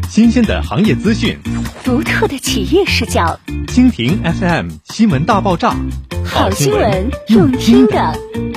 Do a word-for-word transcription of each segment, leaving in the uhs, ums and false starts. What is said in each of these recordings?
新鲜的行业资讯， 独特的企业视角。 蜻蜓 F M 新闻大爆炸， 好新闻用听的。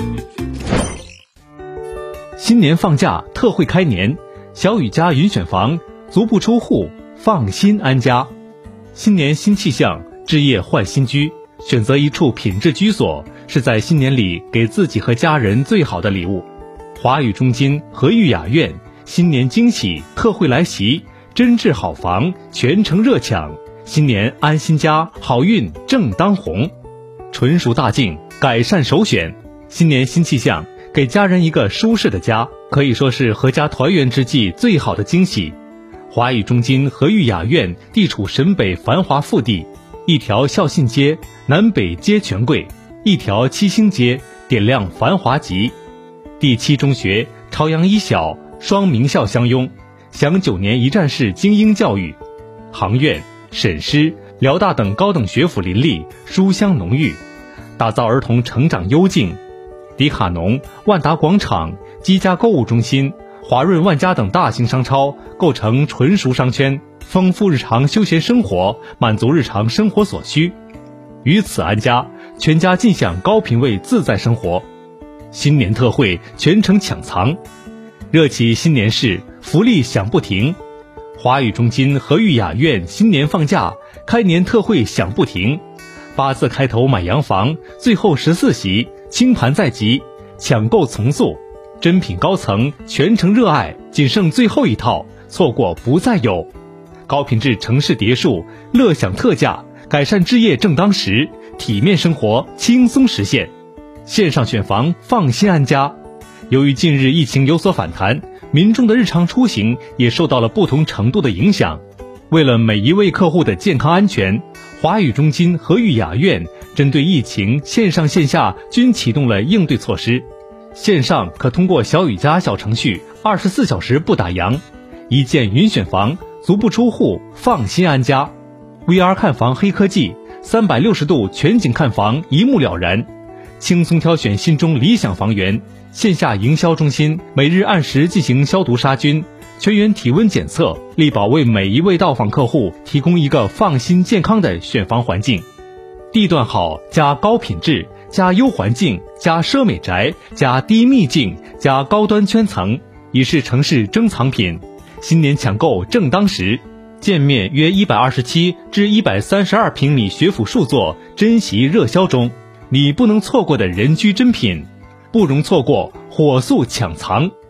新年放假，特惠开年，小雨家云选房，足不出户，放心安家。新年新气象，置业换新居，选择一处品质居所，是在新年里给自己和家人最好的礼物。华宇中金和裕雅苑新年惊喜特惠来袭，真质好房，全程热抢，新年安心家，好运正当红。纯熟大境，改善首选。新年新气象，给家人一个舒适的家，可以说是阖家团圆之际最好的惊喜。华宇中金和裕雅苑地处沈北繁华腹地，一条孝信街，南北皆权贵，一条七星街，点亮繁华集。第七中学、朝阳一小双名校相拥，享九年一站式精英教育。杭院、沈师、辽大等高等学府林立，书香浓郁，打造儿童成长幽静。迪卡侬、万达广场、积家购物中心、华润万家等大型商超构成纯熟商圈，丰富日常休闲生活，满足日常生活所需。于此安家，全家尽享高品位自在生活。新年特惠，全程抢藏，热起新年市，福利享不停。华宇中金和裕雅苑新年放假，开年特惠享不停。八字开头买洋房，最后十四喜，清盘在即，抢购从速。珍品高层，全程热爱，仅剩最后一套，错过不再有。高品质城市别墅，乐享特价，改善置业正当时，体面生活轻松实现。线上选房，放心安家。由于近日疫情有所反弹，民众的日常出行也受到了不同程度的影响。为了每一位客户的健康安全，华宇中金和裕雅苑针对疫情线上线下均启动了应对措施。线上可通过小雨家小程序二十四小时不打烊，一键云选房，足不出户，放心安家。V R 看房黑科技，三百六十度全景看房，一目了然。轻松挑选心中理想房源，线下营销中心每日按时进行消毒杀菌，全员体温检测，力保为每一位到访客户提供一个放心健康的选房环境。地段好加高品质加优环境加奢美宅加低秘境加高端圈层，已是城市珍藏品。新年抢购正当时，建面约一百二十七至一百三十二平米学府数座珍稀热销中，你不能错过的人居珍品，不容错过，火速抢藏。